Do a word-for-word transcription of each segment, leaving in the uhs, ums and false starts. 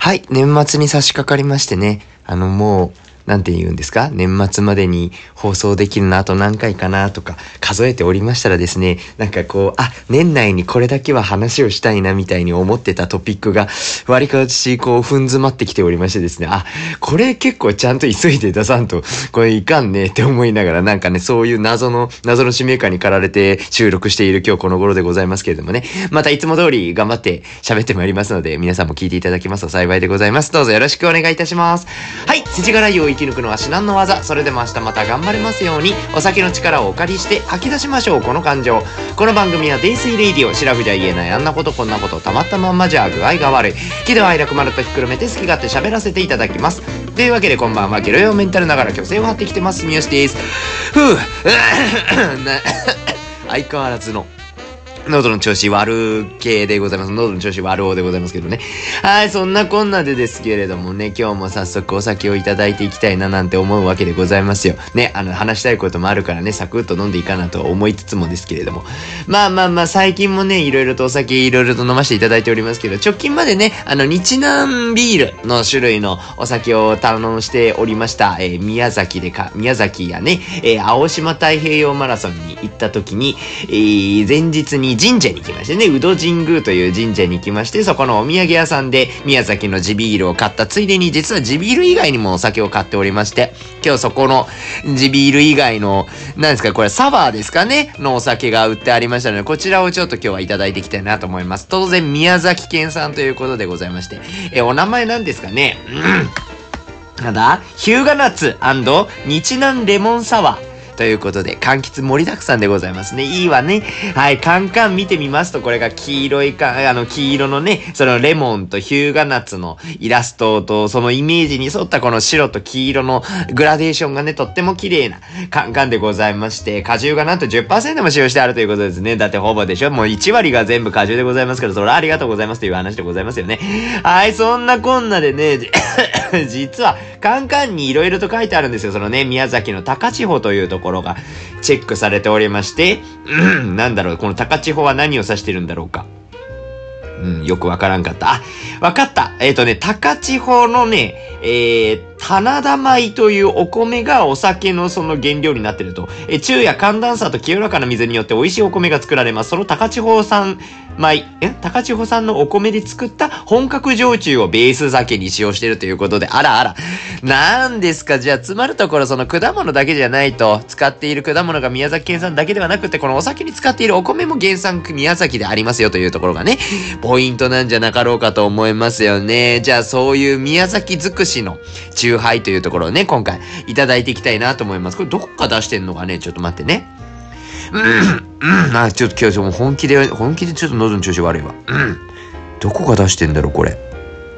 はい、年末に差し掛かりましてね、あのもう、なんて言うんですか、年末までに放送できるのあと何回かなとか数えておりましたらですね、なんかこう、あ、年内にこれだけは話をしたいなみたいに思ってたトピックが、割かしこう、ふん詰まってきておりましてですね、あ、これ結構ちゃんと急いで出さんと、これいかんねって思いながら、なんかね、そういう謎の、謎の使命感に駆られて収録している今日この頃でございますけれどもね、またいつも通り頑張って喋ってまいりますので、皆さんも聞いていただけますと幸いでございます。どうぞよろしくお願いいたします。はい、世知辛いを生き抜くのは至難の技。それでも明日また頑張れますように、お酒の力をお借りして吐き出しましょう、この感情。この番組は泥酔レイディオ、シラフじゃ言えないあんなことこんなこと、たまったまんまじゃ具合が悪い。喜怒哀楽まるっとひっくるめて好き勝手喋らせていただきます。というわけでこんばんは、ゲロヨメンタルながら虚勢を張ってきてます、三好です。ふうな相変わらずの喉の調子悪系でございます。喉の調子悪おでございますけどね。はい、そんなこんなでですけれどもね、今日も早速お酒をいただいていきたいななんて思うわけでございますよ。ね、あの、話したいこともあるからね、サクッと飲んでいいかなと思いつつもですけれども。まあまあまあ、最近もね、いろいろとお酒いろいろと飲ませていただいておりますけど、直近までね、あの、日南ビールの種類のお酒を堪能しておりました。えー、宮崎でか、宮崎やね、えー、青島太平洋マラソンに行った時に、えー、前日に神社に行きましてね、宇戸神宮という神社に行きまして、そこのお土産屋さんで宮崎の地ビールを買ったついでに、実は地ビール以外にもお酒を買っておりまして、今日そこの地ビール以外の、何ですか、これサワーですかねのお酒が売ってありましたので、こちらをちょっと今日はいただいていきたいなと思います。当然宮崎県産ということでございまして、え、お名前なんですかね、うん、なんだヒューガナッツ&日南レモンサワーということで、柑橘盛りだくさんでございますね。いいわね。はい、カンカン見てみますと、これが黄色いか、あの、黄色のね、そのレモンとヒューガナッツのイラストと、そのイメージに沿ったこの白と黄色のグラデーションがね、とっても綺麗なカンカンでございまして、果汁がなんと じゅっパーセント も使用してあるということですね。だってほぼでしょ？もういち割が全部果汁でございますから、それはありがとうございますという話でございますよね。はい、そんなこんなでね、実は、カンカンに色々と書いてあるんですよ。そのね、宮崎の高千穂というところがチェックされておりまして、うん、なんだろう、この高千穂は何を指してるんだろうか。うん、よくわからんかった。あ、わかった。えっとね、高千穂のね、えー、棚田米というお米がお酒のその原料になってると。え、昼夜寒暖差と清らかな水によって美味しいお米が作られます。その高千穂産米、え高千穂産のお米で作った本格焼酎をベース酒に使用しているということで、あらあら。なんですか、じゃあ、つまるところその果物だけじゃないと、使っている果物が宮崎県産だけではなくて、このお酒に使っているお米も原産宮崎でありますよというところがね、ポイントなんじゃなかろうかと思いますよね。じゃあ、そういう宮崎尽くしの酎ハイというところをね、今回いただいていきたいなと思います。これどこか出してんのかね、ちょっと待ってね。うん、うん、あ、ちょっと今日もう本気で、本気でちょっと喉の調子悪いわ。うん。どこが出してんだろう、これ。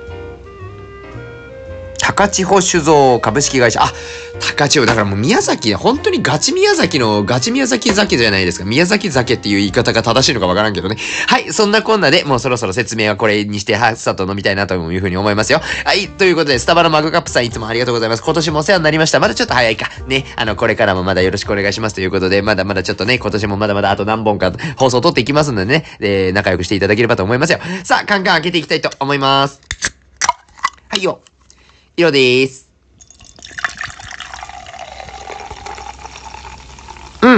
高千穂酒造株式会社。あ、高千穂。だからもう宮崎、本当にガチ宮崎の、ガチ宮崎酒じゃないですか。宮崎酒っていう言い方が正しいのかわからんけどね。はい、そんなこんなで、もうそろそろ説明はこれにして、はっさと飲みたいなというふうに思いますよ。はい、ということで、スタバのマグカップさんいつもありがとうございます。今年もお世話になりました。まだちょっと早いか。ね、あの、これからもまだよろしくお願いしますということで、まだまだちょっとね、今年もまだまだあと何本か放送撮っていきますのでね、で、仲良くしていただければと思いますよ。さあ、カンカン開けていきたいと思います。はいよ。色でーす。うん。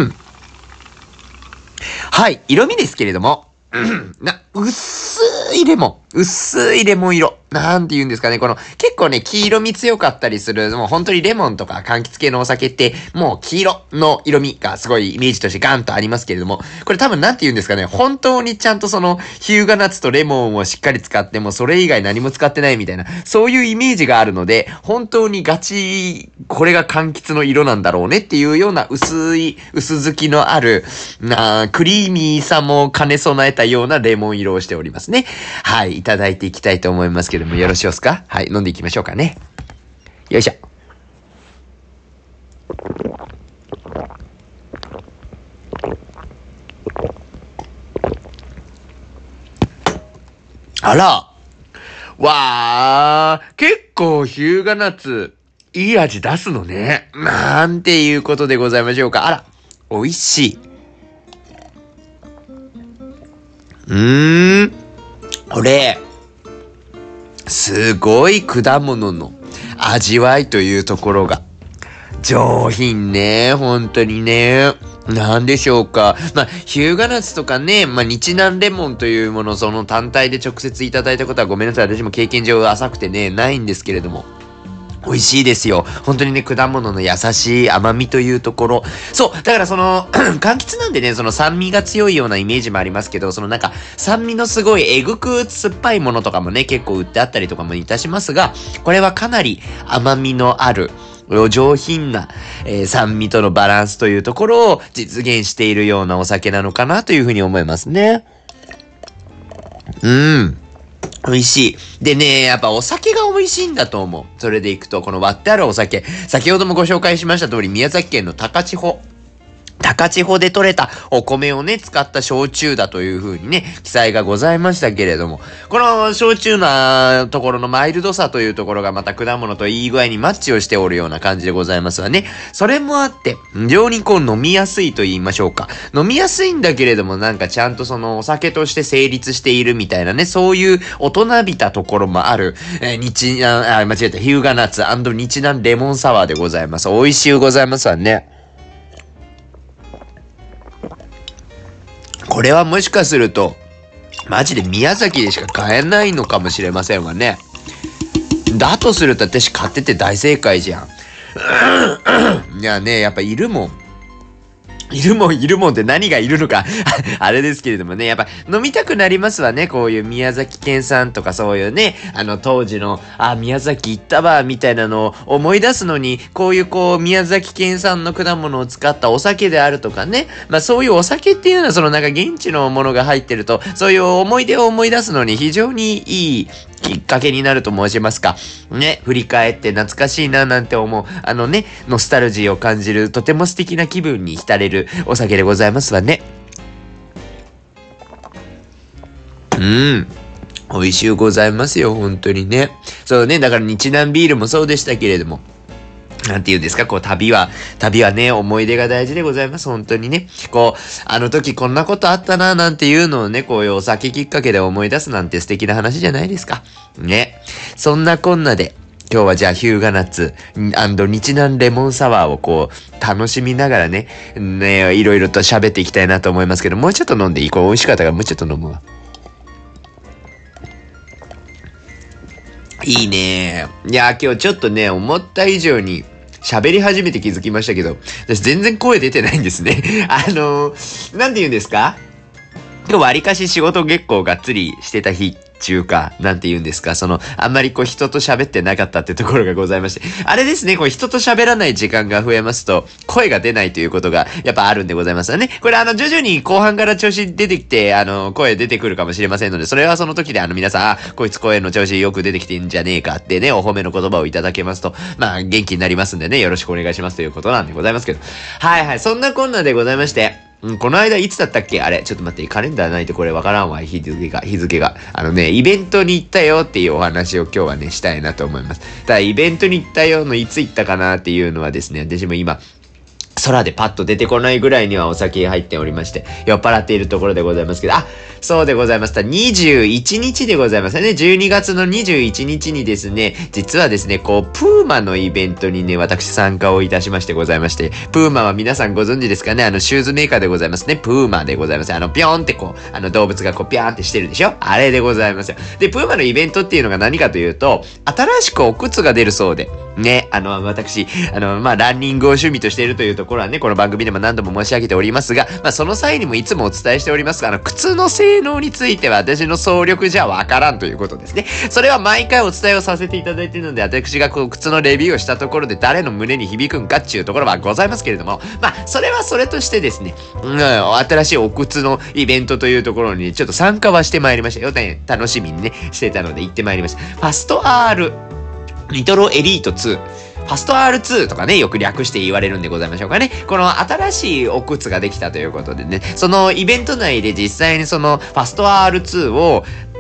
はい、色味ですけれども、うん、な、薄いレモン。薄いレモン色。なんて言うんですかね。この、結構ね、黄色み強かったりする、もう本当にレモンとか柑橘系のお酒って、もう黄色の色味がすごいイメージとしてガンとありますけれども、これ多分なんて言うんですかね。本当にちゃんとその、ヒューガナッツとレモンをしっかり使っても、それ以外何も使ってないみたいな、そういうイメージがあるので、本当にガチ、これが柑橘の色なんだろうねっていうような薄い、薄づきのある、なクリーミーさも兼ね備えたようなレモン色をしておりますね。はい、いただいていきたいと思いますけども、よろしいですか？はい、飲んでいきましょうかね。よいしょ。あら、わー、結構ヒューガナッツ、いい味出すのね。なんていうことでございましょうか。あら、美味しい。うーん、これ、 すごい果物の味わいというところが上品ね、本当にね。なんでしょうか。まあ、日向夏とかね、まあ、日南レモンというものをその単体で直接いただいたことはごめんなさい。私も経験上浅くてね、ないんですけれども。美味しいですよ。本当にね、果物の優しい甘みというところ。そう。だからその、柑橘なんでね、その酸味が強いようなイメージもありますけど、そのなんか、酸味のすごいえぐく酸っぱいものとかもね、結構売ってあったりとかもいたしますが、これはかなり甘みのある、上品な、えー、酸味とのバランスというところを実現しているようなお酒なのかなというふうに思いますね。うん。美味しい。でね、やっぱお酒が美味しいんだと思う。それでいくと、この割ってあるお酒。先ほどもご紹介しました通り、宮崎県の高千穂。高千穂で採れたお米をね、使った焼酎だという風にね、記載がございましたけれども、この焼酎なところのマイルドさというところがまた果物といい具合にマッチをしておるような感じでございますわね。それもあって、非常にこう飲みやすいと言いましょうか。飲みやすいんだけれどもなんかちゃんとそのお酒として成立しているみたいなね、そういう大人びたところもある、えー、日南、あ、間違えた、日向夏&日南レモンサワーでございます。美味しゅうございますわね。これはもしかすると、マジで宮崎でしか買えないのかもしれませんわね。だとすると私買ってて大正解じゃん。いやね、やっぱいるもん。いるもんいるもんって何がいるのかあれですけれどもね、やっぱ飲みたくなりますわね。こういう宮崎県産とかそういうね、あの当時の、あ、宮崎行ったわ、みたいなのを思い出すのに、こういうこう宮崎県産の果物を使ったお酒であるとかね、まあそういうお酒っていうのはそのなんか現地のものが入ってると、そういう思い出を思い出すのに非常にいいきっかけになると申しますか。ね、振り返って懐かしいななんて思う、あのね、ノスタルジーを感じるとても素敵な気分に浸れるお酒でございますわね。うん。美味しゅうございますよ、本当にね。そうね、だから日南ビールもそうでしたけれども。なんて言うんですか、こう旅は、旅はね、思い出が大事でございます、本当にね。こう、あの時こんなことあったな、なんていうのをね、こういうお酒きっかけで思い出すなんて素敵な話じゃないですか。ね。そんなこんなで、今日はじゃあ、日向夏&日南レモンサワーをこう、楽しみながらね、ね、いろいろと喋っていきたいなと思いますけど、もうちょっと飲んでいい？こう、美味しかったからもうちょっと飲むわ。いいね。いや、今日ちょっとね、思った以上に喋り始めて気づきましたけど、私全然声出てないんですね。あのー、なんて言うんですか？今日わりかし仕事結構がっつりしてた日中か、なんて言うんですか、その、あんまりこう人と喋ってなかったってところがございまして。あれですね、こう人と喋らない時間が増えますと、声が出ないということがやっぱあるんでございますよね。これあの、徐々に後半から調子出てきて、あの、声出てくるかもしれませんので、それはその時であの皆さん、あ、こいつ声の調子よく出てきてんじゃねえかってね、お褒めの言葉をいただけますと、まあ元気になりますんでね、よろしくお願いしますということなんでございますけど。はいはい、そんなこんなでございまして、うん、この間いつだったっけあれ、ちょっと待って、カレンダーないとこれわからんわ、日付が、日付が。あのね、イベントに行ったよっていうお話を今日はね、したいなと思います。ただ、イベントに行ったよのいつ行ったかなっていうのはですね、私も今、空でパッと出てこないぐらいにはお酒入っておりまして、酔っ払っているところでございますけど、あ、そうでございました。にじゅういちにちでございますね。じゅうにがつのにじゅういちにちにですね、実はですね、こう、プーマのイベントにね、私参加をいたしましてございまして、プーマは皆さんご存知ですかね、あの、シューズメーカーでございますね。プーマでございます。あの、ピョーンってこう、あの、動物がこう、ピャーンってしてるでしょ？あれでございますよ。で、プーマのイベントっていうのが何かというと、新しくお靴が出るそうで、ね、あの、私、あの、まあ、ランニングを趣味としているというところはね、この番組でも何度も申し上げておりますが、まあ、その際にもいつもお伝えしておりますが、あの、靴の性能については私の総力じゃわからんということですね。それは毎回お伝えをさせていただいているので、私がこう、靴のレビューをしたところで誰の胸に響くんかっていうところはございますけれども、まあ、それはそれとしてですね、うん、新しいお靴のイベントというところにちょっと参加はしてまいりましたよ。ね、楽しみにね、してたので行ってまいりました。ファスト R、ニトロエリートツー、ファスト アールツー とかね、よく略して言われるんでございましょうかね。この新しいお靴ができたということでね、そのイベント内で実際にそのファスト アールツー を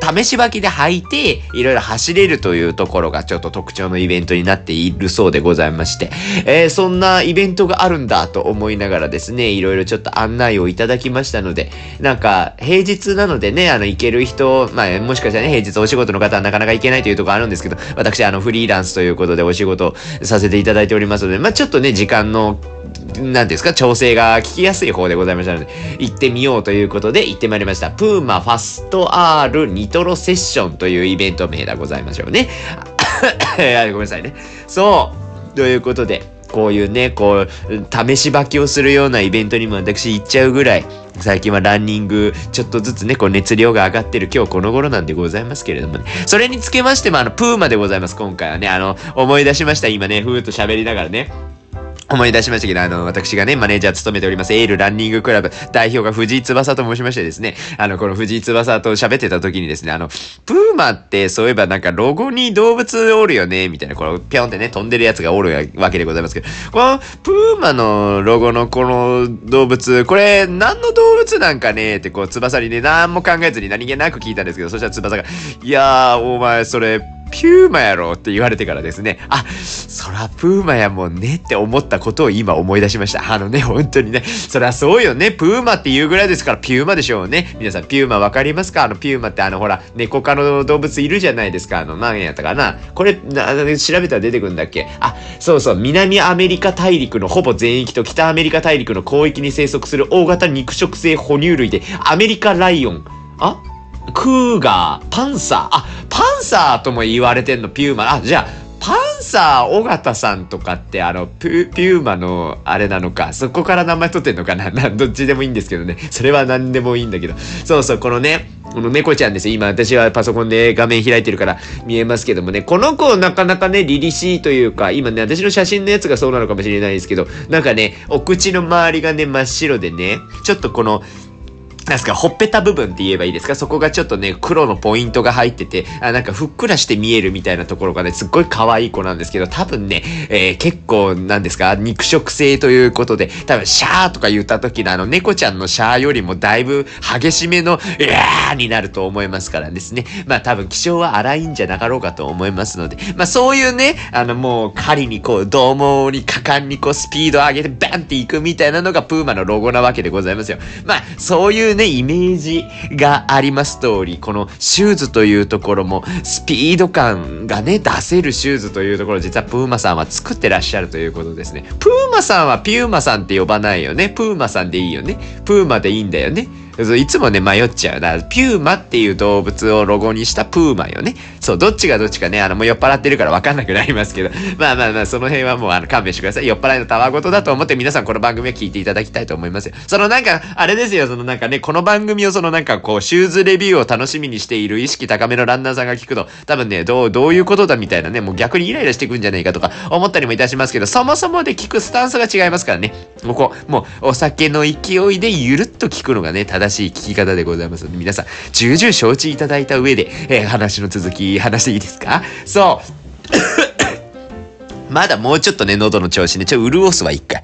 試し履きで履いて、いろいろ走れるというところがちょっと特徴のイベントになっているそうでございまして、えー、そんなイベントがあるんだと思いながらですね、いろいろちょっと案内をいただきましたので、なんか、平日なのでね、あの、行ける人、まあ、もしかしたらね、平日お仕事の方はなかなか行けないというところあるんですけど、私、あの、フリーランスということでお仕事させていただいておりますので、まあ、ちょっとね、時間の、なんですか、調整が聞きやすい方でございましたので、行ってみようということで行ってまいりました。プーマファスト R ニトロセッションというイベント名でございましょうね。ごめんなさいね。そう。ということで、こういうね、こう、試し履きをするようなイベントにも私行っちゃうぐらい、最近はランニング、ちょっとずつね、こう熱量が上がってる今日この頃なんでございますけれどもね。それにつけましても、あの、プーマでございます。今回はね、あの、思い出しました。今ね、ふーっと喋りながらね。思い出しましたけど、あの、私がね、マネージャー務めております、エールランニングクラブ代表が藤井翼と申しましてですね、あの、この藤井翼と喋ってた時にですね、あの、プーマってそういえばなんかロゴに動物おるよね、みたいな、このピョンってね、飛んでるやつがおるわけでございますけど、このプーマのロゴのこの動物、これ何の動物なんかね、ってこう、翼にね、何も考えずに何気なく聞いたんですけど、そしたら翼が、いやー、お前それ、ピューマやろって言われてからですね、あ、そらプーマやもんねって思ったことを今思い出しました。あのね、本当にね、そりゃそうよね、プーマっていうぐらいですからピューマでしょうね。皆さんピューマわかりますか？あのピューマってあのほら、猫科の動物いるじゃないですか。あの何やったかな。これな調べたら出てくるんだっけ？あ、そうそう、南アメリカ大陸のほぼ全域と北アメリカ大陸の広域に生息する大型肉食性哺乳類で、アメリカライオン、あクーガー、パンサー、あ、パンサーとも言われてんの、ピューマ。あ、じゃあ、パンサー尾形さんとかってあのピュ、ピューマのあれなのか、そこから名前取ってんのかな、などっちでもいいんですけどね。それは何でもいいんだけど。そうそう、このね、この猫ちゃんですよ。今私はパソコンで画面開いてるから見えますけどもね、この子なかなかね、凛々しいというか、今ね、私の写真のやつがそうなのかもしれないですけど、なんかね、お口の周りがね、真っ白でね、ちょっとこの、なんすか、ほっぺた部分って言えばいいですか？そこがちょっとね、黒のポイントが入ってて、あ、なんかふっくらして見えるみたいなところがね、すっごい可愛い子なんですけど、多分ね、えー、結構、なんですか、肉食性ということで、多分、シャーとか言った時のあの、猫ちゃんのシャーよりもだいぶ激しめの、うわーになると思いますからですね。まあ多分、気性は荒いんじゃなかろうかと思いますので、まあそういうね、あのもう、狩りにこう、獰猛に果敢にこう、スピードを上げて、バンっていくみたいなのがプーマのロゴなわけでございますよ。まあ、そういうね、イメージがあります通り、このシューズというところもスピード感がね、出せるシューズというところ、実はプーマさんは作ってらっしゃるということですね。プーマさんはピューマさんって呼ばないよね。プーマさんでいいよね。プーマでいいんだよね。いつもね、迷っちゃう。だからピューマっていう動物をロゴにしたプーマよね。そう、どっちがどっちかね、あの、もう酔っ払ってるから分かんなくなりますけど、まあまあまあ、その辺はもうあの、勘弁してください。酔っ払いのたわごとだと思って皆さんこの番組を聞いていただきたいと思いますよ。そのなんか、あれですよ、そのなんかね、この番組をそのなんかこう、シューズレビューを楽しみにしている意識高めのランナーさんが聞くと、多分ね、どう、どういうことだみたいなね、もう逆にイライラしてくんじゃないかとか思ったりもいたしますけど、そもそもで聞くスタンスが違いますからね。もうこう、もうお酒の勢いでゆるっと聞くのがね、正しい聞き方でございますので、皆さん、重々承知いただいた上で、えー、話の続き、話していいですか？そう。まだもうちょっとね、喉の調子ね、ちょっと潤すわ、一回。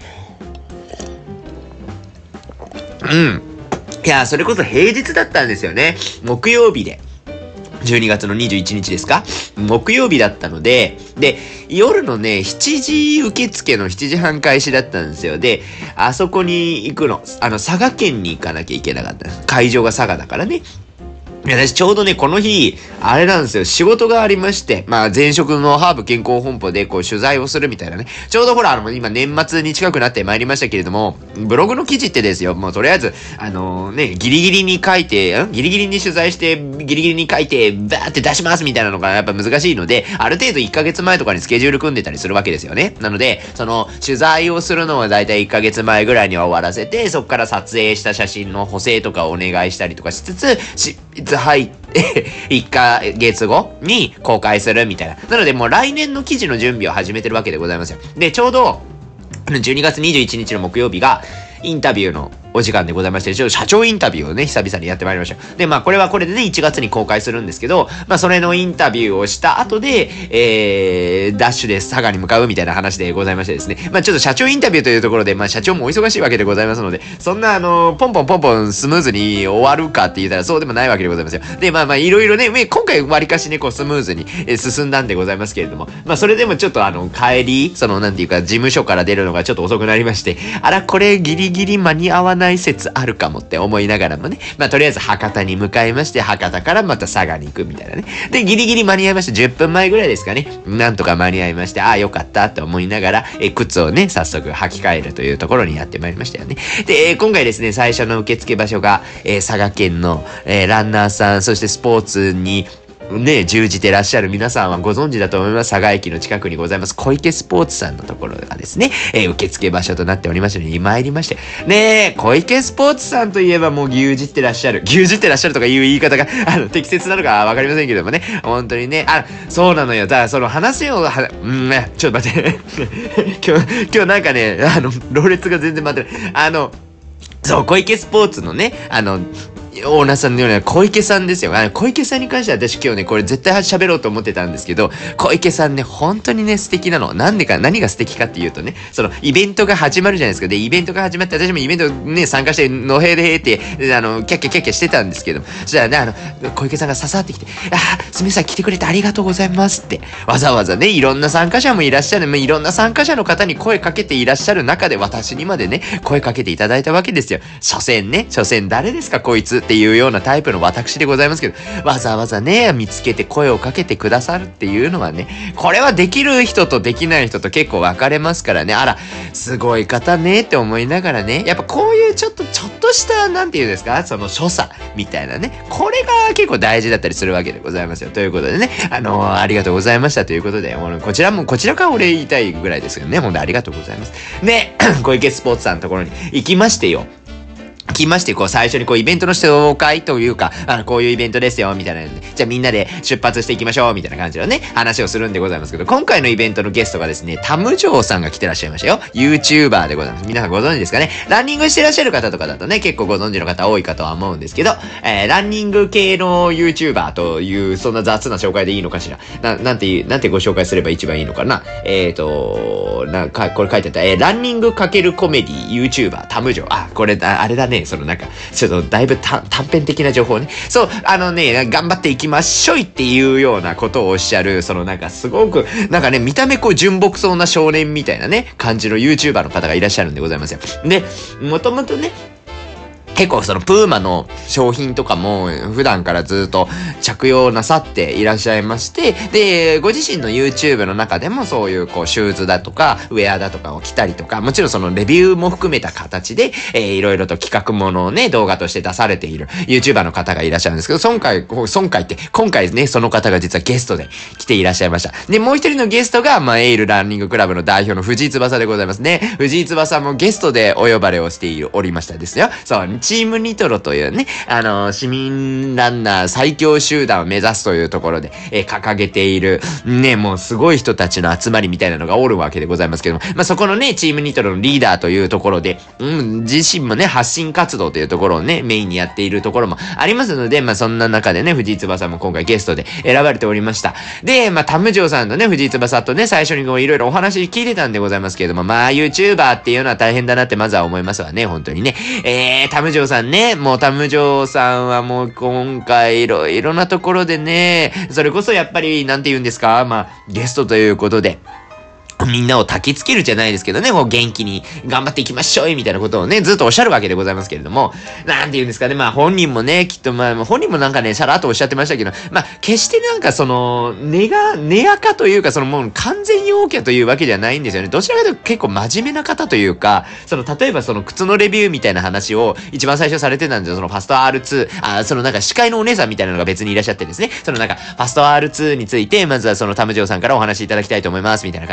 うん。いや、それこそ平日だったんですよね。木曜日で。じゅうにがつのにじゅういちにちですか？木曜日だったので、で、夜のね、しちじ受付のしちじはん開始だったんですよ。で、あそこに行くの、あの、佐賀県に行かなきゃいけなかった。会場が佐賀だからね。いや、私ちょうどね、この日、あれなんですよ、仕事がありまして、まあ、前職のハーブ健康本舗でこう取材をするみたいなね。ちょうどほら、あの、今年末に近くなってまいりましたけれども、ブログの記事ってですよ、もうとりあえず、あのー、ね、ギリギリに書いて、んギリギリに取材して、ギリギリに書いて、バーって出しますみたいなのがやっぱ難しいので、ある程度いっかげつまえとかにスケジュール組んでたりするわけですよね。なので、その、取材をするのはだいたいいっかげつまえぐらいには終わらせて、そこから撮影した写真の補正とかをお願いしたりとかしつつ、執筆入って、いっかげつごに公開するみたいな。なのでもう来年の記事の準備を始めてるわけでございますよ。で、ちょうど、じゅうにがつにじゅういちにちの木曜日が、インタビューのお時間でございまして、ちょっと社長インタビューをね、久々にやってまいりました。で、まあこれはこれでね、いちがつに公開するんですけど、まあそれのインタビューをした後で、えー、ダッシュで佐賀に向かうみたいな話でございましてですね、まあちょっと社長インタビューというところで、まあ社長もお忙しいわけでございますので、そんなあの、ポンポンポンポンスムーズに終わるかって言ったらそうでもないわけでございますよ。で、まあまあいろいろね、今回割かしね、こうスムーズに進んだんでございますけれども、まあそれでもちょっとあの、帰り、そのなんていうか、事務所から出るのがちょっと遅くなりまして、あら、これギリギリ間に合わない説あるかもって思いながらもね、まあとりあえず博多に向かいまして、博多からまた佐賀に行くみたいなね。で、ギリギリ間に合いまして、じゅっぷんまえぐらいですかね。なんとか間に合いまして、ああ、よかったって思いながら、え、靴をね、早速履き替えるというところにやってまいりましたよね。で、えー、今回ですね、最初の受付場所が、えー、佐賀県の、えー、ランナーさん、そしてスポーツに、ね、従事てらっしゃる皆さんはご存知だと思います。佐賀駅の近くにございます小池スポーツさんのところがですね、えー、受付場所となっておりましたので、参りまして。ねえ、小池スポーツさんといえばもう牛耳ってらっしゃる。牛耳ってらっしゃるとかいう言い方が、あの、適切なのかわかりませんけどもね。本当にね、あ、そうなのよ。だからその話を、は、うんね、ちょっと待って。今日、今日なんかね、あの、ろれつが全然待ってない。あの、そう、小池スポーツのね、あの、オーナーさんのような小池さんですよ。あの小池さんに関しては私今日ね、これ絶対喋ろうと思ってたんですけど、小池さんね、本当にね、素敵なの。なんでか、何が素敵かっていうとね、その、イベントが始まるじゃないですか。で、イベントが始まって、私もイベントね、参加して、のへでへって、あの、キャッキャキャッキャしてたんですけど、そしたらね、あの、小池さんがささってきて、あ、すみません、来てくれてありがとうございますって、わざわざね、いろんな参加者もいらっしゃる、いろんな参加者の方に声かけていらっしゃる中で、私にまでね、声かけていただいたわけですよ。所詮ね、所詮誰ですか、こいつっていうようなタイプの私でございますけど、わざわざね、見つけて声をかけてくださるっていうのはね、これはできる人とできない人と結構分かれますからね、あら、すごい方ねって思いながらね、やっぱこういうちょっと、ちょっとした、なんていうんですか、その所作みたいなね、これが結構大事だったりするわけでございますよ。ということでね、あのー、ありがとうございましたということで、こちらも、こちらからお礼言いたいぐらいですよね。ほんとありがとうございます。で、小池スポーツさんのところに行きましてよ。来まして、こう、最初にこう、イベントの紹介というか、あの、こういうイベントですよ、みたいなので、じゃあみんなで出発していきましょう、みたいな感じのね、話をするんでございますけど、今回のイベントのゲストがですね、タムジョーさんが来てらっしゃいましたよ。YouTuber でございます。皆さんご存知ですかね。ランニングしてらっしゃる方とかだとね、結構ご存知の方多いかとは思うんですけど、えー、ランニング系の YouTuber という、そんな雑な紹介でいいのかしら。な、なんていう、なんてご紹介すれば一番いいのかな。えーと、なんか、これ書いてあった、えー、ランニング×コメディ YouTuber タムジョー。あ、これ、あ、あれだね、そのなんか、ちょっとだいぶ短編的な情報ね。そう、あのね、頑張っていきましょいっていうようなことをおっしゃる、そのなんかすごく、なんかね、見た目こう純朴そうな少年みたいなね、感じの YouTuber の方がいらっしゃるんでございますよ。で、もともとね、結構そのプーマの商品とかも普段からずっと着用なさっていらっしゃいまして、で、ご自身の YouTube の中でもそういうこうシューズだとかウェアだとかを着たりとか、もちろんそのレビューも含めた形で、えー、いろいろと企画ものをね、動画として出されている YouTuber の方がいらっしゃるんですけど、今回、今回って、今回ね、その方が実はゲストで来ていらっしゃいました。で、もう一人のゲストが、まあ、エイルランニングクラブの代表の藤井翼でございますね。藤井翼もゲストでお呼ばれをしている、おりましたですよ。そう、チームニトロというね、あの、市民ランナー最強集団を目指すというところで、えー、掲げている、ね、もうすごい人たちの集まりみたいなのがおるわけでございますけども、まあ、そこのね、チームニトロのリーダーというところで、うん、自身もね、発信活動というところをね、メインにやっているところもありますので、まあ、そんな中でね、藤井翼も今回ゲストで選ばれておりました。で、まあ、タムジョーさんとね、藤井翼とね、最初にこう、いろいろお話聞いてたんでございますけれども、まあ、YouTuber っていうのは大変だなってまずは思いますわね、本当にね。えー、タムジョーさんね、もうタムジョーさんはもう今回いろいろなところでね、それこそやっぱり、なんて言うんですか、まあ、ゲストということで、みんなを焚きつけるじゃないですけどね、こう元気に頑張っていきましょうみたいなことをね、ずっとおっしゃるわけでございますけれども、なんて言うんですかね、まあ本人もね、きっとまあ本人もなんかね、さらっとおっしゃってましたけど、まあ決してなんかその、根が、根やかというか、そのもう完全陽キャというわけじゃないんですよね。どちらかというと結構真面目な方というか、その例えばその靴のレビューみたいな話を一番最初されてたんですよ。そのファスト アールツー、あ、そのなんか司会のお姉さんみたいなのが別にいらっしゃってですね、そのなんかファスト アールツー について、まずはそのタムジョーさんからお話しいただきたいと思いますみたいな感じで、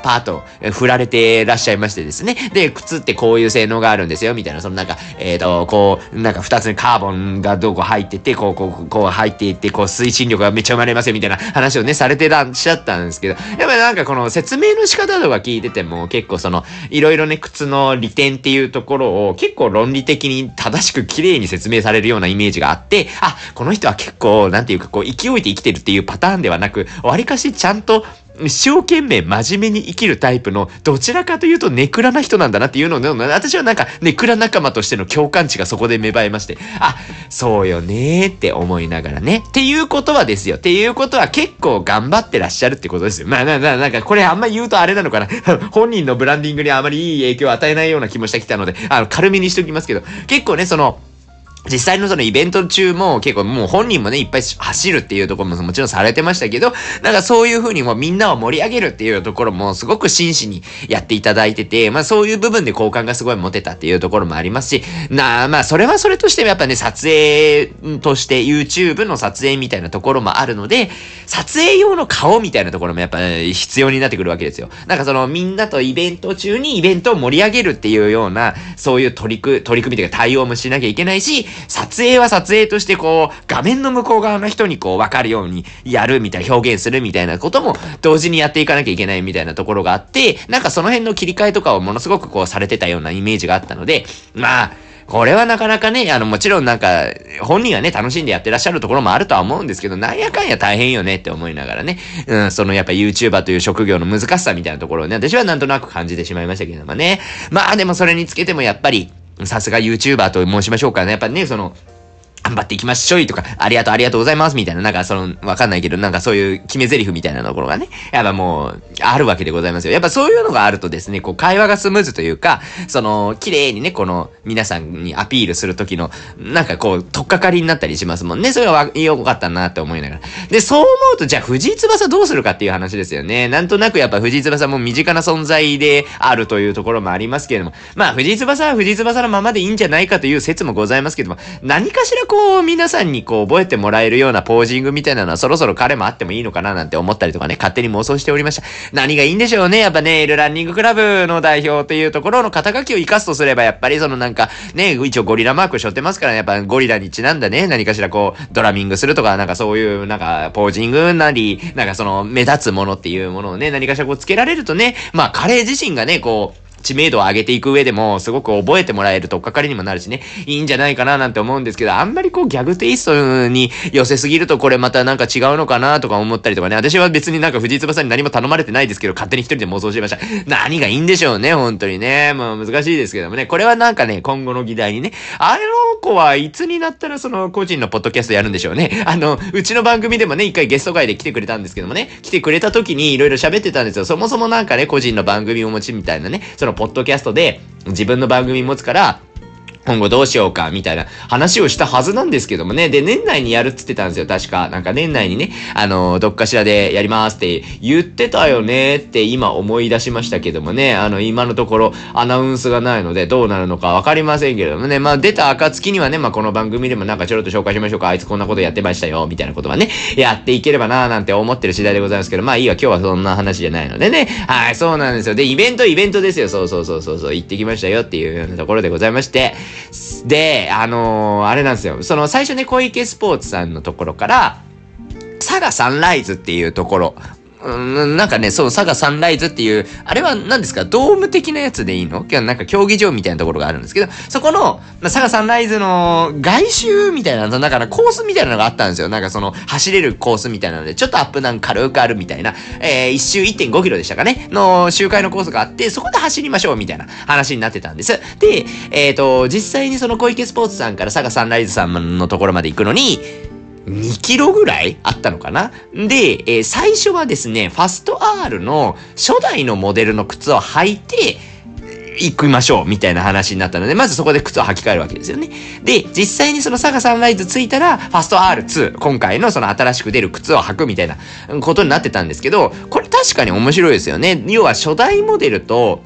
パーッと振られてらっしゃいましてですね。で、靴ってこういう性能があるんですよ、みたいな、そのなんか、えっと、こう、なんか二つにカーボンがどこ入ってて、こう、こう、こう入っていって、こう推進力がめっちゃ生まれますよ、みたいな話をね、されてらっしゃったんですけど、やっぱりなんかこの説明の仕方とか聞いてても、結構その、いろいろね、靴の利点っていうところを結構論理的に正しく綺麗に説明されるようなイメージがあって、あ、この人は結構、なんていうか、こう、勢いで生きてるっていうパターンではなく、わりかしちゃんと、一生懸命真面目に生きるタイプのどちらかというとネクラな人なんだなっていうのを私はなんかネクラ仲間としての共感値がそこで芽生えまして、あ、そうよねーって思いながらね。っていうことはですよ。っていうことは結構頑張ってらっしゃるってことですよ。まあな、な、なんかこれあんま言うとあれなのかな。本人のブランディングにあまりいい影響を与えないような気もしてきたので、あの軽めにしときますけど、結構ね、その、実際のそのイベント中も結構もう本人もねいっぱい走るっていうところももちろんされてましたけど、なんかそういう風にもうみんなを盛り上げるっていうところもすごく真摯にやっていただいてて、まあそういう部分で好感がすごい持てたっていうところもありますし、なあまあそれはそれとしてもやっぱね撮影として YouTube の撮影みたいなところもあるので、撮影用の顔みたいなところもやっぱ、ね、必要になってくるわけですよ。なんかそのみんなとイベント中にイベントを盛り上げるっていうようなそういう取り組み、取り組みというか対応もしなきゃいけないし、撮影は撮影としてこう、画面の向こう側の人にこう、わかるようにやるみたいな、表現するみたいなことも同時にやっていかなきゃいけないみたいなところがあって、なんかその辺の切り替えとかをものすごくこうされてたようなイメージがあったので、まあ、これはなかなかね、あの、もちろんなんか、本人がね、楽しんでやってらっしゃるところもあるとは思うんですけど、なんやかんや大変よねって思いながらね、うん、そのやっぱ YouTuber という職業の難しさみたいなところをね、私はなんとなく感じてしまいましたけどもね。まあでもそれにつけてもやっぱり、さすが YouTuber と申しましょうかね。やっぱね、その、頑張っていきましょいとか、ありがとうありがとうございますみたいな、なんかその、わかんないけど、なんかそういう決め台詞みたいなところがね、やっぱもう、あるわけでございますよ。やっぱそういうのがあるとですね、こう会話がスムーズというか、その、綺麗にね、この、皆さんにアピールするときの、なんかこう、とっかかりになったりしますもんね。それは良かったなって思いながら。で、そう思うと、じゃあ藤井翼どうするかっていう話ですよね。なんとなくやっぱ藤井翼も身近な存在であるというところもありますけれども、まあ藤井翼は藤井翼のままでいいんじゃないかという説もございますけども、何かしらこう、皆さんににこう覚えてもらえるようなポージングみたいなのはそろそろ彼もあってもいいのかななんて思ったりとかね、勝手に妄想しておりました。何がいいんでしょうね。やっぱね、エルランニングクラブの代表というところの肩書きを生かすとすれば、やっぱりそのなんかね、一応ゴリラマーク背負ってますから、ね、やっぱゴリラにちなんだね、何かしらこうドラミングするとか、なんかそういうなんかポージングなり、なんかその目立つものっていうものをね、何かしらこうつけられるとね、まあ彼自身がね、こう知名度を上げていく上でも、すごく覚えてもらえるとっかかりにもなるしね、いいんじゃないかななんて思うんですけど、あんまりこうギャグテイストに寄せすぎるとこれまたなんか違うのかなとか思ったりとかね、私は別になんか藤井翼に何も頼まれてないですけど、勝手に一人で妄想してました。何がいいんでしょうね、本当にね。もう難しいですけどもね、これはなんかね、今後の議題にね、あの子はいつになったらその個人のポッドキャストやるんでしょうね。あの、うちの番組でもね、一回ゲスト会で来てくれたんですけどもね、来てくれた時にいろいろ喋ってたんですよ。そもそもなんかね、個人の番組を持ちみたいなね、そのポッドキャストで、自分の番組持つから今後どうしようかみたいな話をしたはずなんですけどもね。で、年内にやるっつってたんですよ、確か。なんか年内にね、あの、どっかしらでやりますって言ってたよねって今思い出しましたけどもね。あの、今のところアナウンスがないのでどうなるのかわかりませんけれどもね。まあ、出た暁にはね、まあ、この番組でもなんかちょろっと紹介しましょうか。あいつこんなことやってましたよ、みたいなことはね、やっていければなーなんて思ってる次第でございますけど、まあいいわ、今日はそんな話じゃないのでね。はい、そうなんですよ。で、イベント、イベントですよ。そうそうそうそう、そう行ってきましたよっていうようなところでございまして。で、あのー、あれなんですよ。その最初ね、小池スポーツさんのところから、佐賀サンライズっていうところ、うん、なんかね、そう、佐賀サンライズっていう、あれは何ですか、ドーム的なやつでいいの？なんか競技場みたいなところがあるんですけど、そこの、まあ、佐賀サンライズの外周みたいな、だからコースみたいなのがあったんですよ。なんかその、走れるコースみたいなので、ちょっとアップダウン軽くあるみたいな、えー、一周 いってんごキロでしたかね、の周回のコースがあって、そこで走りましょうみたいな話になってたんです。で、えっと、実際にその小池スポーツさんから佐賀サンライズさんのところまで行くのに、にキロぐらいあったのかな。で、えー、最初はですね、ファスト R の初代のモデルの靴を履いて、行きましょうみたいな話になったので、まずそこで靴を履き替えるわけですよね。で、実際にその佐賀サンライズ着いたら、ファスト アールツー、今回のその新しく出る靴を履くみたいなことになってたんですけど、これ確かに面白いですよね。要は初代モデルと、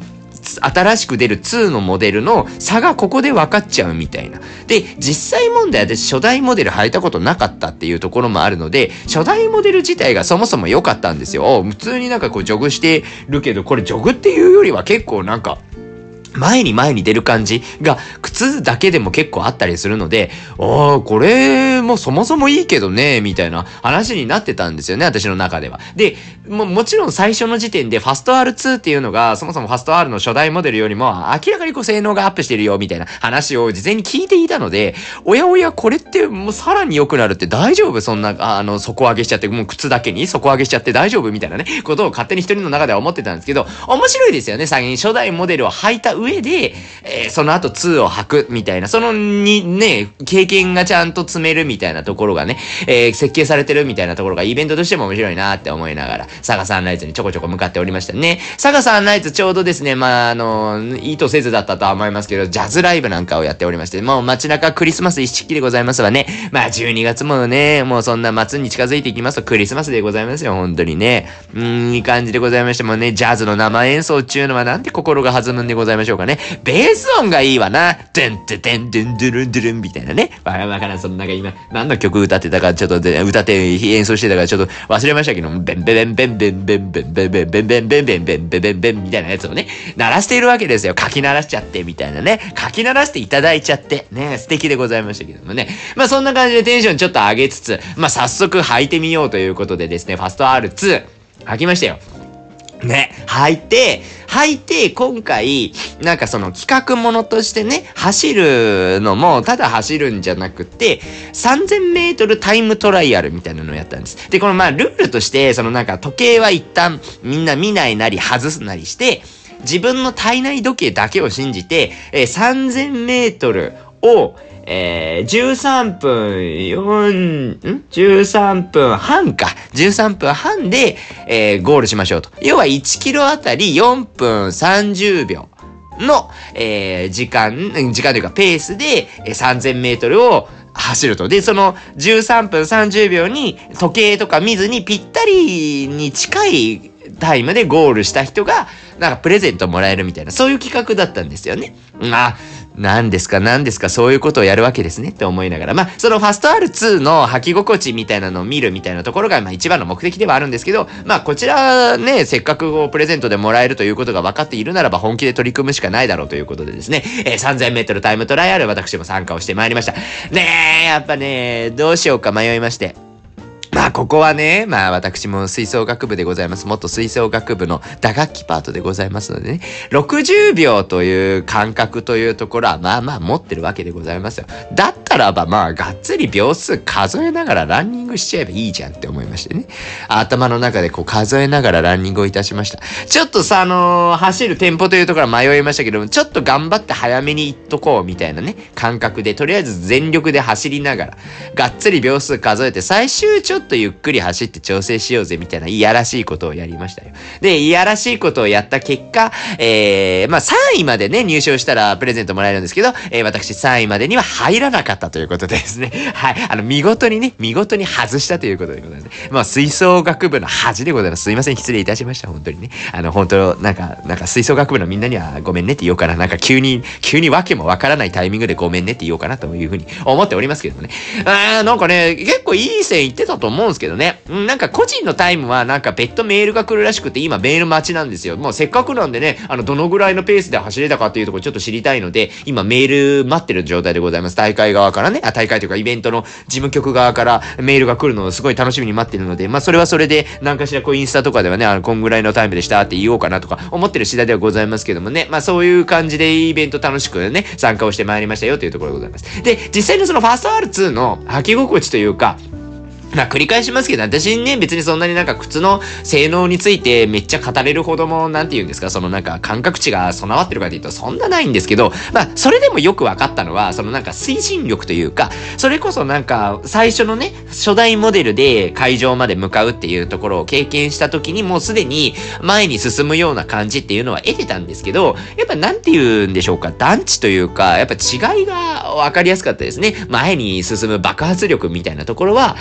新しく出るにのモデルの差がここで分かっちゃうみたいな。で、実際問題私初代モデル履いたことなかったっていうところもあるので、初代モデル自体がそもそも良かったんですよ。普通になんかこうジョグしてるけど、これジョグっていうよりは結構なんか、前に前に出る感じが靴だけでも結構あったりするので、ああ、これもそもそもいいけどね、みたいな話になってたんですよね、私の中では。で、も、もちろん最初の時点でファスト アールツー っていうのが、そもそもファスト R の初代モデルよりも明らかにこう性能がアップしてるよ、みたいな話を事前に聞いていたので、おやおや、これってもうさらに良くなるって大丈夫？そんな、あの、底上げしちゃって、もう靴だけに底上げしちゃって大丈夫？みたいなね、ことを勝手に一人の中では思ってたんですけど、面白いですよね、先に初代モデルを履いた上上で、えー、その後にを履くみたいな、そのにね、経験がちゃんと積めるみたいなところがね、えー、設計されてるみたいなところがイベントとしても面白いなって思いながら、サガサンライズにちょこちょこ向かっておりましたね。サガサンライズちょうどですね、まあ、あの、意図せずだったとは思いますけど、ジャズライブなんかをやっておりまして、もう街中クリスマス一式でございますわね。まあ、じゅうにがつもね、もうそんな末に近づいていきますとクリスマスでございますよ、本当にね。うーん、いい感じでございましてもね、ジャズの生演奏っていうのはなんて心が弾むんでございましょうかね。ベース音がいいわな。ドンドドンドンドゥルンドゥルンみたいなね。わからん、そのなんか今、何の曲歌ってたかちょっとで、歌って演奏してたからちょっと忘れましたけど、ベンベンベンベンベンベンベンベンベンベンベンベンベンベンベンベンみたいなやつをね、鳴らしているわけですよ。書き鳴らしちゃってみたいなね。書き鳴らしていただいちゃって、ね、素敵でございましたけどもね。まあそんな感じでテンションちょっと上げつつ、まあ早速履いてみようということでですね、ファスト アールツー 履きましたよ。ね、履いて、履いて、今回、なんかその企画ものとしてね、走るのも、ただ走るんじゃなくて、さんぜんメートルタイムトライアルみたいなのをやったんです。で、このまあ、ルールとして、そのなんか時計は一旦みんな見ないなり外すなりして、自分の体内時計だけを信じて、えー、さんぜんメートルを、えー、じゅうさんぷんよん、ん ?じゅうさんぷんはんか。じゅうさんぷんはんで、えー、ゴールしましょうと。要はいちキロあたりよんぷんさんじゅうびょうの、えー、時間、時間というかペースで、えー、さんぜんメートルを走ると。で、そのじゅうさんぷんさんじゅうびょうに時計とか見ずにぴったりに近いタイムでゴールした人が、なんかプレゼントもらえるみたいな、そういう企画だったんですよね。まあ、何ですか何ですかそういうことをやるわけですねって思いながら、まあそのファスト アールツー の履き心地みたいなのを見るみたいなところがまあ一番の目的ではあるんですけど、まあこちらね、せっかくこうプレゼントでもらえるということが分かっているならば本気で取り組むしかないだろうということでですね、えー、さんぜんメートルタイムトライアル私も参加をしてまいりました。ねえ、やっぱね、どうしようか迷いまして。まあここはね、まあ私も吹奏楽部でございます。元吹奏楽部の打楽器パートでございますのでね、ろくじゅうびょうという感覚というところはまあまあ持ってるわけでございますよ。だったらばまあがっつり秒数数えながらランニングしちゃえばいいじゃんって思いましてね。頭の中でこう数えながらランニングをいたしました。ちょっとさ、あのー、走るテンポというところは迷いましたけども、ちょっと頑張って早めに行っとこうみたいなね、感覚でとりあえず全力で走りながら、がっつり秒数数えて最終ちょっとゆっくり走って調整しようぜみたいないやらしいことをやりましたよ。で、いやらしいことをやった結果、えー、まあさんいまでね、入賞したらプレゼントもらえるんですけど、えー、私さんいまでには入らなかったということでですね。はい。あの、見事にね、見事に外したということでございます。まあ、吹奏楽部の恥でございます。すいません、失礼いたしました。本当にね。あの、本当なんか、なんか吹奏楽部のみんなにはごめんねって言おうかな。なんか急に、急にわけもわからないタイミングでごめんねって言おうかなというふうに思っておりますけどもね。あー、なんかね、結構いい線いってたと思うんですけどね。うん、なんか個人のタイムはなんか別途メールが来るらしくて、今メール待ちなんですよ。もうせっかくなんでね、あの、どのぐらいのペースで走れたかっていうところちょっと知りたいので、今メール待ってる状態でございます。大会側からね、あ、大会というかイベントの事務局側からメールが来るのをすごい楽しみに待ってるので、まあそれはそれで何かしらこうインスタとかではね、あの、こんぐらいのタイムでしたって言おうかなとか思ってる次第ではございますけどもね、まあそういう感じでイベント楽しくね、参加をしてまいりましたよというところでございます。で、実際のそのファースト アールツー の履き心地というか、まあ繰り返しますけど、私ね、別にそんなになんか靴の性能についてめっちゃ語れるほども、なんて言うんですか、そのなんか感覚値が備わってるかというとそんなないんですけど、まあそれでもよく分かったのは、そのなんか推進力というか、それこそなんか最初のね、初代モデルで会場まで向かうっていうところを経験した時にもうすでに前に進むような感じっていうのは得てたんですけど、やっぱなんて言うんでしょうか、団地というか、やっぱ違いが分かりやすかったですね。前に進む爆発力みたいなところは、あの、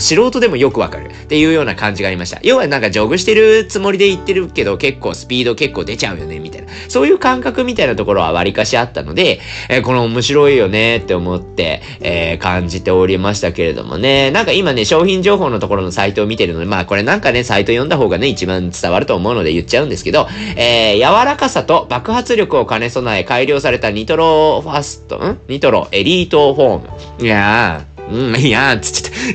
素人でもよくわかるっていうような感じがありました。要はなんかジョグしてるつもりで言ってるけど、結構スピード結構出ちゃうよね、みたいな。そういう感覚みたいなところは割かしあったので、えー、この面白いよねって思って、えー、感じておりましたけれどもね。なんか今ね、商品情報のところのサイトを見てるので、まあこれなんかね、サイト読んだ方がね、一番伝わると思うので言っちゃうんですけど、えー、柔らかさと爆発力を兼ね備え改良されたニトロファスト、んニトロエリートフォーム。いやー、うん、いやー、つっちゃった。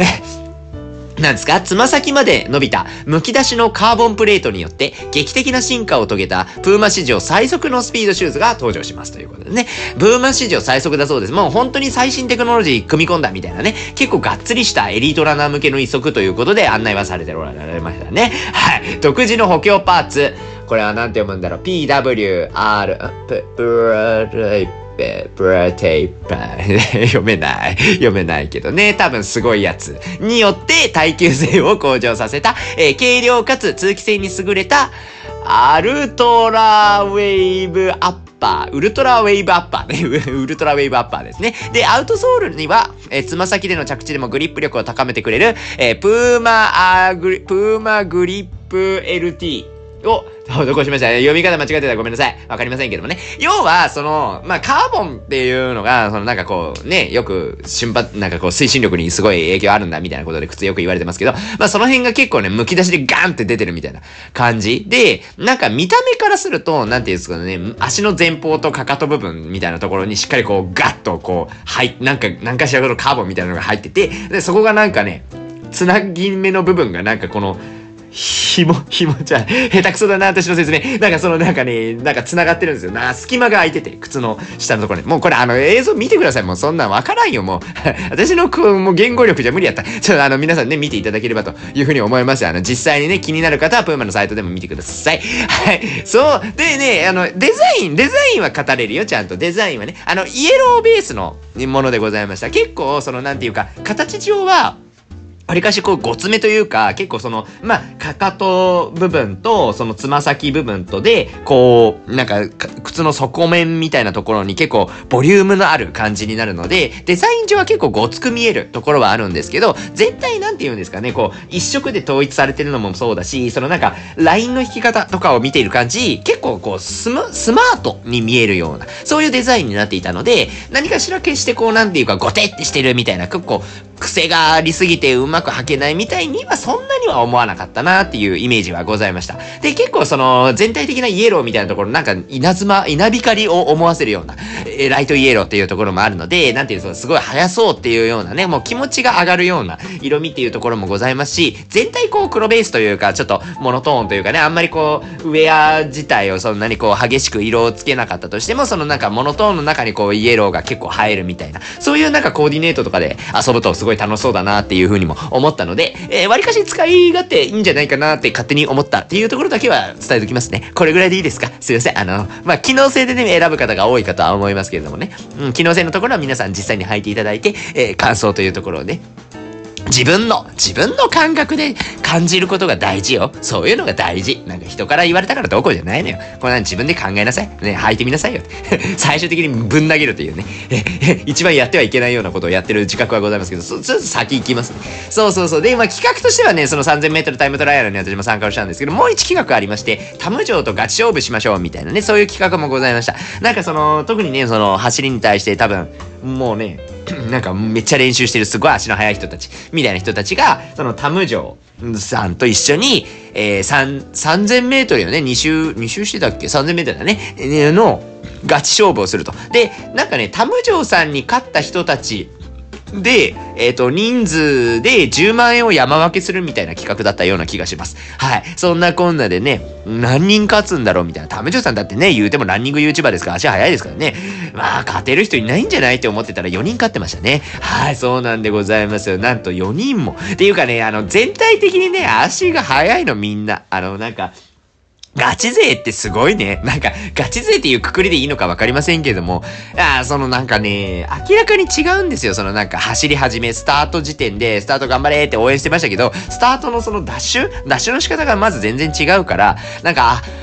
なんですか、つま先まで伸びた剥き出しのカーボンプレートによって劇的な進化を遂げたプーマ史上最速のスピードシューズが登場しますということでね。プーマ史上最速だそうです。もう本当に最新テクノロジー組み込んだみたいなね。結構がっつりしたエリートランナー向けの一足ということで案内はされておられましたね。はい。独自の補強パーツ。これはなんて読むんだろう。ピーダブリューアール、プ、プラレイブラテイパー読めない。読めないけどね。多分すごいやつによって耐久性を向上させた、えー、軽量かつ通気性に優れたアルトラウェーブアッパー。ウルトラウェーブアッパーね。ウルトラウェーブアッパーですね。で、アウトソールには、えー、つま先での着地でもグリップ力を高めてくれる、えー、プーマアグリ、プーマグリップ エルティー。を、どこしました。読み方間違ってたらごめんなさい。わかりませんけどもね。要は、その、まあ、カーボンっていうのが、そのなんかこう、ね、よく瞬発、なんかこう、推進力にすごい影響あるんだみたいなことで靴よく言われてますけど、まあ、その辺が結構ね、剥き出しでガーンって出てるみたいな感じで、なんか見た目からすると、なんていうんですかね、足の前方とかかと部分みたいなところにしっかりこう、ガッとこう、はい、なんか、なんかしらのカーボンみたいなのが入ってて、で、そこがなんかね、つなぎ目の部分がなんかこの、ひも、ひもじゃん。下手くそだな、私の説明。なんかそのなんかね、なんか繋がってるんですよ。な、隙間が空いてて、靴の下のところに。もうこれあの映像見てください。もうそんなんわからんよ、もう。私のこう、もう言語力じゃ無理やった。ちょっとあの皆さんね、見ていただければというふうに思います。あの、実際にね、気になる方はプーマのサイトでも見てください。はい。そう。でね、あの、デザイン、デザインは語れるよ、ちゃんと。デザインはね。あの、イエローベースのものでございました。結構、そのなんていうか、形上は、わりかしこうごつめというか、結構その、まあ、かかと部分と、そのつま先部分とで、こう、なんか、靴の底面みたいなところに結構ボリュームのある感じになるので、デザイン上は結構ごつく見えるところはあるんですけど、全体なんて言うんですかね、こう、一色で統一されてるのもそうだし、そのなんか、ラインの引き方とかを見ている感じ、結構こう、スム、スマートに見えるような、そういうデザインになっていたので、何かしら決してこう、なんていうか、ゴテってしてるみたいな、結構、癖がありすぎてうまく履けないみたいにはそんなには思わなかったなっていうイメージはございました。で、結構その全体的なイエローみたいなところなんか稲妻、稲光を思わせるような、えー、ライトイエローっていうところもあるので、なんていうの、すごい速そうっていうようなね、もう気持ちが上がるような色味っていうところもございますし、全体こう黒ベースというかちょっとモノトーンというかね、あんまりこうウェア自体をそんなにこう激しく色をつけなかったとしても、そのなんかモノトーンの中にこうイエローが結構映えるみたいな、そういうなんかコーディネートとかで遊ぶとすごい楽しそうだなっていう風にも思ったので、えー、割かし使い勝手いいんじゃないかなって勝手に思ったっていうところだけは伝えておきますね。これぐらいでいいですか？すいません。あの、まあ、機能性でね、選ぶ方が多いかとは思いますけれどもね。うん、機能性のところは皆さん実際に履いていただいて、えー、感想というところをね、自分の、自分の感覚で感じることが大事よ。そういうのが大事。なんか人から言われたからどうこうじゃないのよ。これは自分で考えなさい。ね、履いてみなさいよ。最終的にぶん投げるというね。一番やってはいけないようなことをやってる自覚はございますけど、そ、ちょっと先行きますね。そうそうそう。で、まあ企画としてはね、そのさんぜんメートルタイムトライアルに私も参加をしたんですけど、もう一企画ありまして、タム城とガチ勝負しましょうみたいなね、そういう企画もございました。なんかその、特にね、その走りに対して多分、もうね、なんかめっちゃ練習してるすごい足の速い人たちみたいな人たちがそのタム城さんと一緒に、えー、さんぜんメートルよね、に周に周してたっけ、さんぜんメートルだねのガチ勝負をすると。でなんかね、タム城さんに勝った人たちで、えっと、人数でじゅうまんえんを山分けするみたいな企画だったような気がします。はい。そんなこんなでね、何人勝つんだろうみたいな。タムジョさんだってね、言うてもランニング YouTuber ですから足早いですからね。まあ、勝てる人いないんじゃないって思ってたらよにん勝ってましたね。はい、そうなんでございますよ。なんとよにんも。っていうかね、あの、全体的にね、足が速いのみんな。あの、なんか、ガチ勢ってすごいね。なんか、ガチ勢っていうくくりでいいのかわかりませんけれども、ああ、そのなんかね、明らかに違うんですよ。そのなんか走り始め、スタート時点で、スタート頑張れって応援してましたけど、スタートのそのダッシュダッシュの仕方がまず全然違うから、なんか、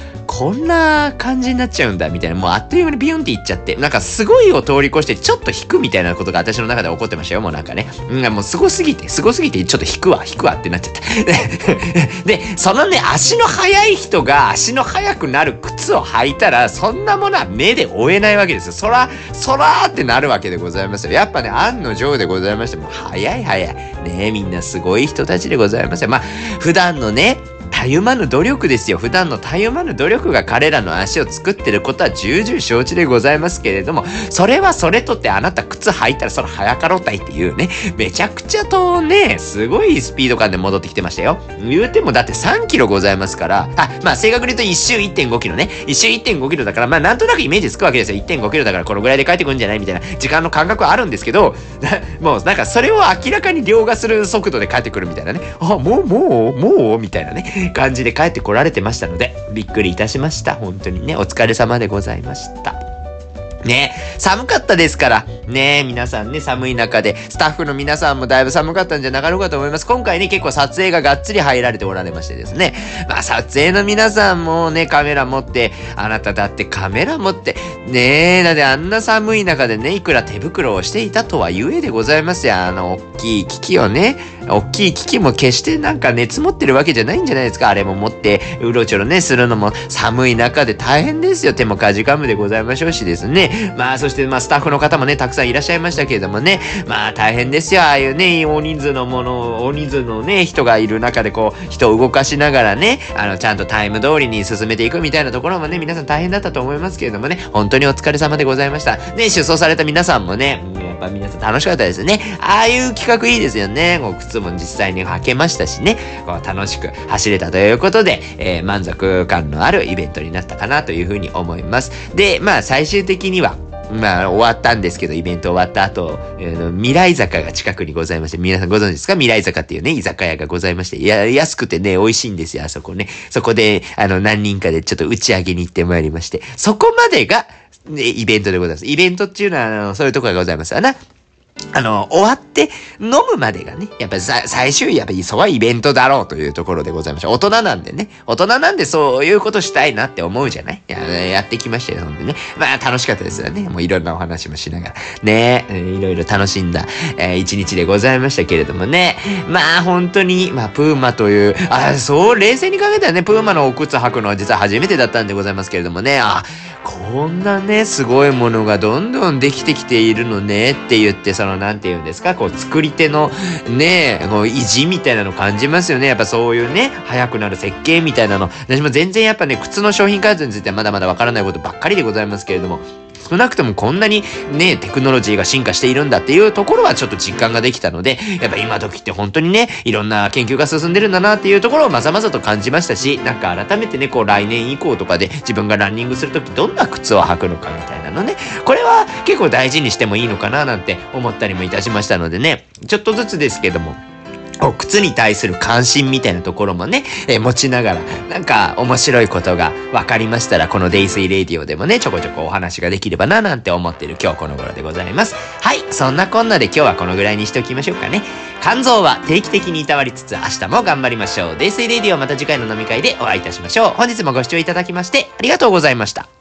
こんな感じになっちゃうんだみたいな、もうあっという間にビュンっていっちゃって、なんかすごいを通り越してちょっと引くみたいなことが私の中で起こってましたよ。もうなんかね、うん、もうすごすぎてすごすぎてちょっと引くわ引くわってなっちゃったで、そのね、足の速い人が足の速くなる靴を履いたら、そんなものは目で追えないわけですよ。そらそらーってなるわけでございますよ。やっぱね、案の定でございまして、もう速い速いね、みんなすごい人たちでございますよ。まあ普段のね、たゆまぬ努力ですよ。普段のたゆまぬ努力が彼らの足を作ってることは重々承知でございますけれども、それはそれとってあなた靴履いたらそれ早かろうたいっていうね、めちゃくちゃとね、すごいスピード感で戻ってきてましたよ。言うてもだってさんキロございますから、あ、まあ正確に言うといっ周 いってんごキロね。いっ周 いってんごキロだから、まあなんとなくイメージつくわけですよ。いってんごキロだからこのぐらいで帰ってくるんじゃないみたいな時間の感覚はあるんですけど、もうなんかそれを明らかに凌駕する速度で帰ってくるみたいなね。あ、もうもうもうみたいなね、感じで帰って来られてましたので、びっくりいたしました。本当にね、お疲れ様でございました。ね、寒かったですから。ね、皆さんね、寒い中で、スタッフの皆さんもだいぶ寒かったんじゃなかろうかと思います。今回ね、結構撮影ががっつり入られておられましてですね。まあ、撮影の皆さんもね、カメラ持って、あなただってカメラ持って、ねえ、だってあんな寒い中でね、いくら手袋をしていたとはゆえでございますよ。あの、大きい機器をね、大きい機器も決してなんか熱持ってるわけじゃないんじゃないですか。あれも持って、うろちょろね、するのも寒い中で大変ですよ。手もかじかむでございましょうしですね。まあ、そして、まあ、スタッフの方もね、たくさんいらっしゃいましたけれどもね。まあ、大変ですよ。ああいうね、大人数のもの、大人数のね、人がいる中で、こう、人を動かしながらね、あの、ちゃんとタイム通りに進めていくみたいなところもね、皆さん大変だったと思いますけれどもね、本当にお疲れ様でございました。ね、出走された皆さんもね、やっぱ皆さん楽しかったですね。ああいう企画いいですよね。こう、靴も実際に履けましたしね、こう、楽しく走れたということで、えー、満足感のあるイベントになったかなというふうに思います。で、まあ、最終的には、まあ、終わったんですけど、イベント終わった後、えー、未来坂が近くにございまして、皆さんご存知ですか？未来坂っていうね、居酒屋がございまして、いや、安くてね、美味しいんですよ、あそこね。そこで、あの、何人かでちょっと打ち上げに行ってまいりまして、そこまでが、ね、イベントでございます。イベントっていうのは、あの、そういうところがございますわな。あの、終わって飲むまでがね、やっぱり最終やっぱりそこはイベントだろうというところでございました。大人なんでね、大人なんでそういうことしたいなって思うじゃない？や、やってきましたよ、ほんでね。まあ楽しかったですよね。もういろんなお話もしながら。ね、いろいろ楽しんだ、えー、一日でございましたけれどもね。まあ本当に、まあプーマという、あ、そう、冷静に考えたらね、プーマのお靴履くのは実は初めてだったんでございますけれどもね。あ、こんなね、すごいものがどんどんできてきているのねって言って、その、なんて言うんですか、こう、作り手のね、こう、意地みたいなの感じますよね。やっぱそういうね、速くなる設計みたいなの。私も全然やっぱね、靴の商品開発についてはまだまだわからないことばっかりでございますけれども、少なくともこんなにね、テクノロジーが進化しているんだっていうところはちょっと実感ができたので、やっぱ今時って本当にね、いろんな研究が進んでるんだなっていうところをまざまざと感じましたし、なんか改めてね、こう来年以降とかで自分がランニングするときどんな靴を履くのかみたいなのね、これは結構大事にしてもいいのかななんて思ったりもいたしましたのでね、ちょっとずつですけども、靴に対する関心みたいなところもね、えー、持ちながら、なんか面白いことが分かりましたら、このデイスイレディオでもね、ちょこちょこお話ができればななんて思っている今日この頃でございます。はい、そんなこんなで今日はこのぐらいにしておきましょうかね。肝臓は定期的にいたわりつつ明日も頑張りましょう。デイスイレディオまた次回の飲み会でお会いいたしましょう。本日もご視聴いただきましてありがとうございました。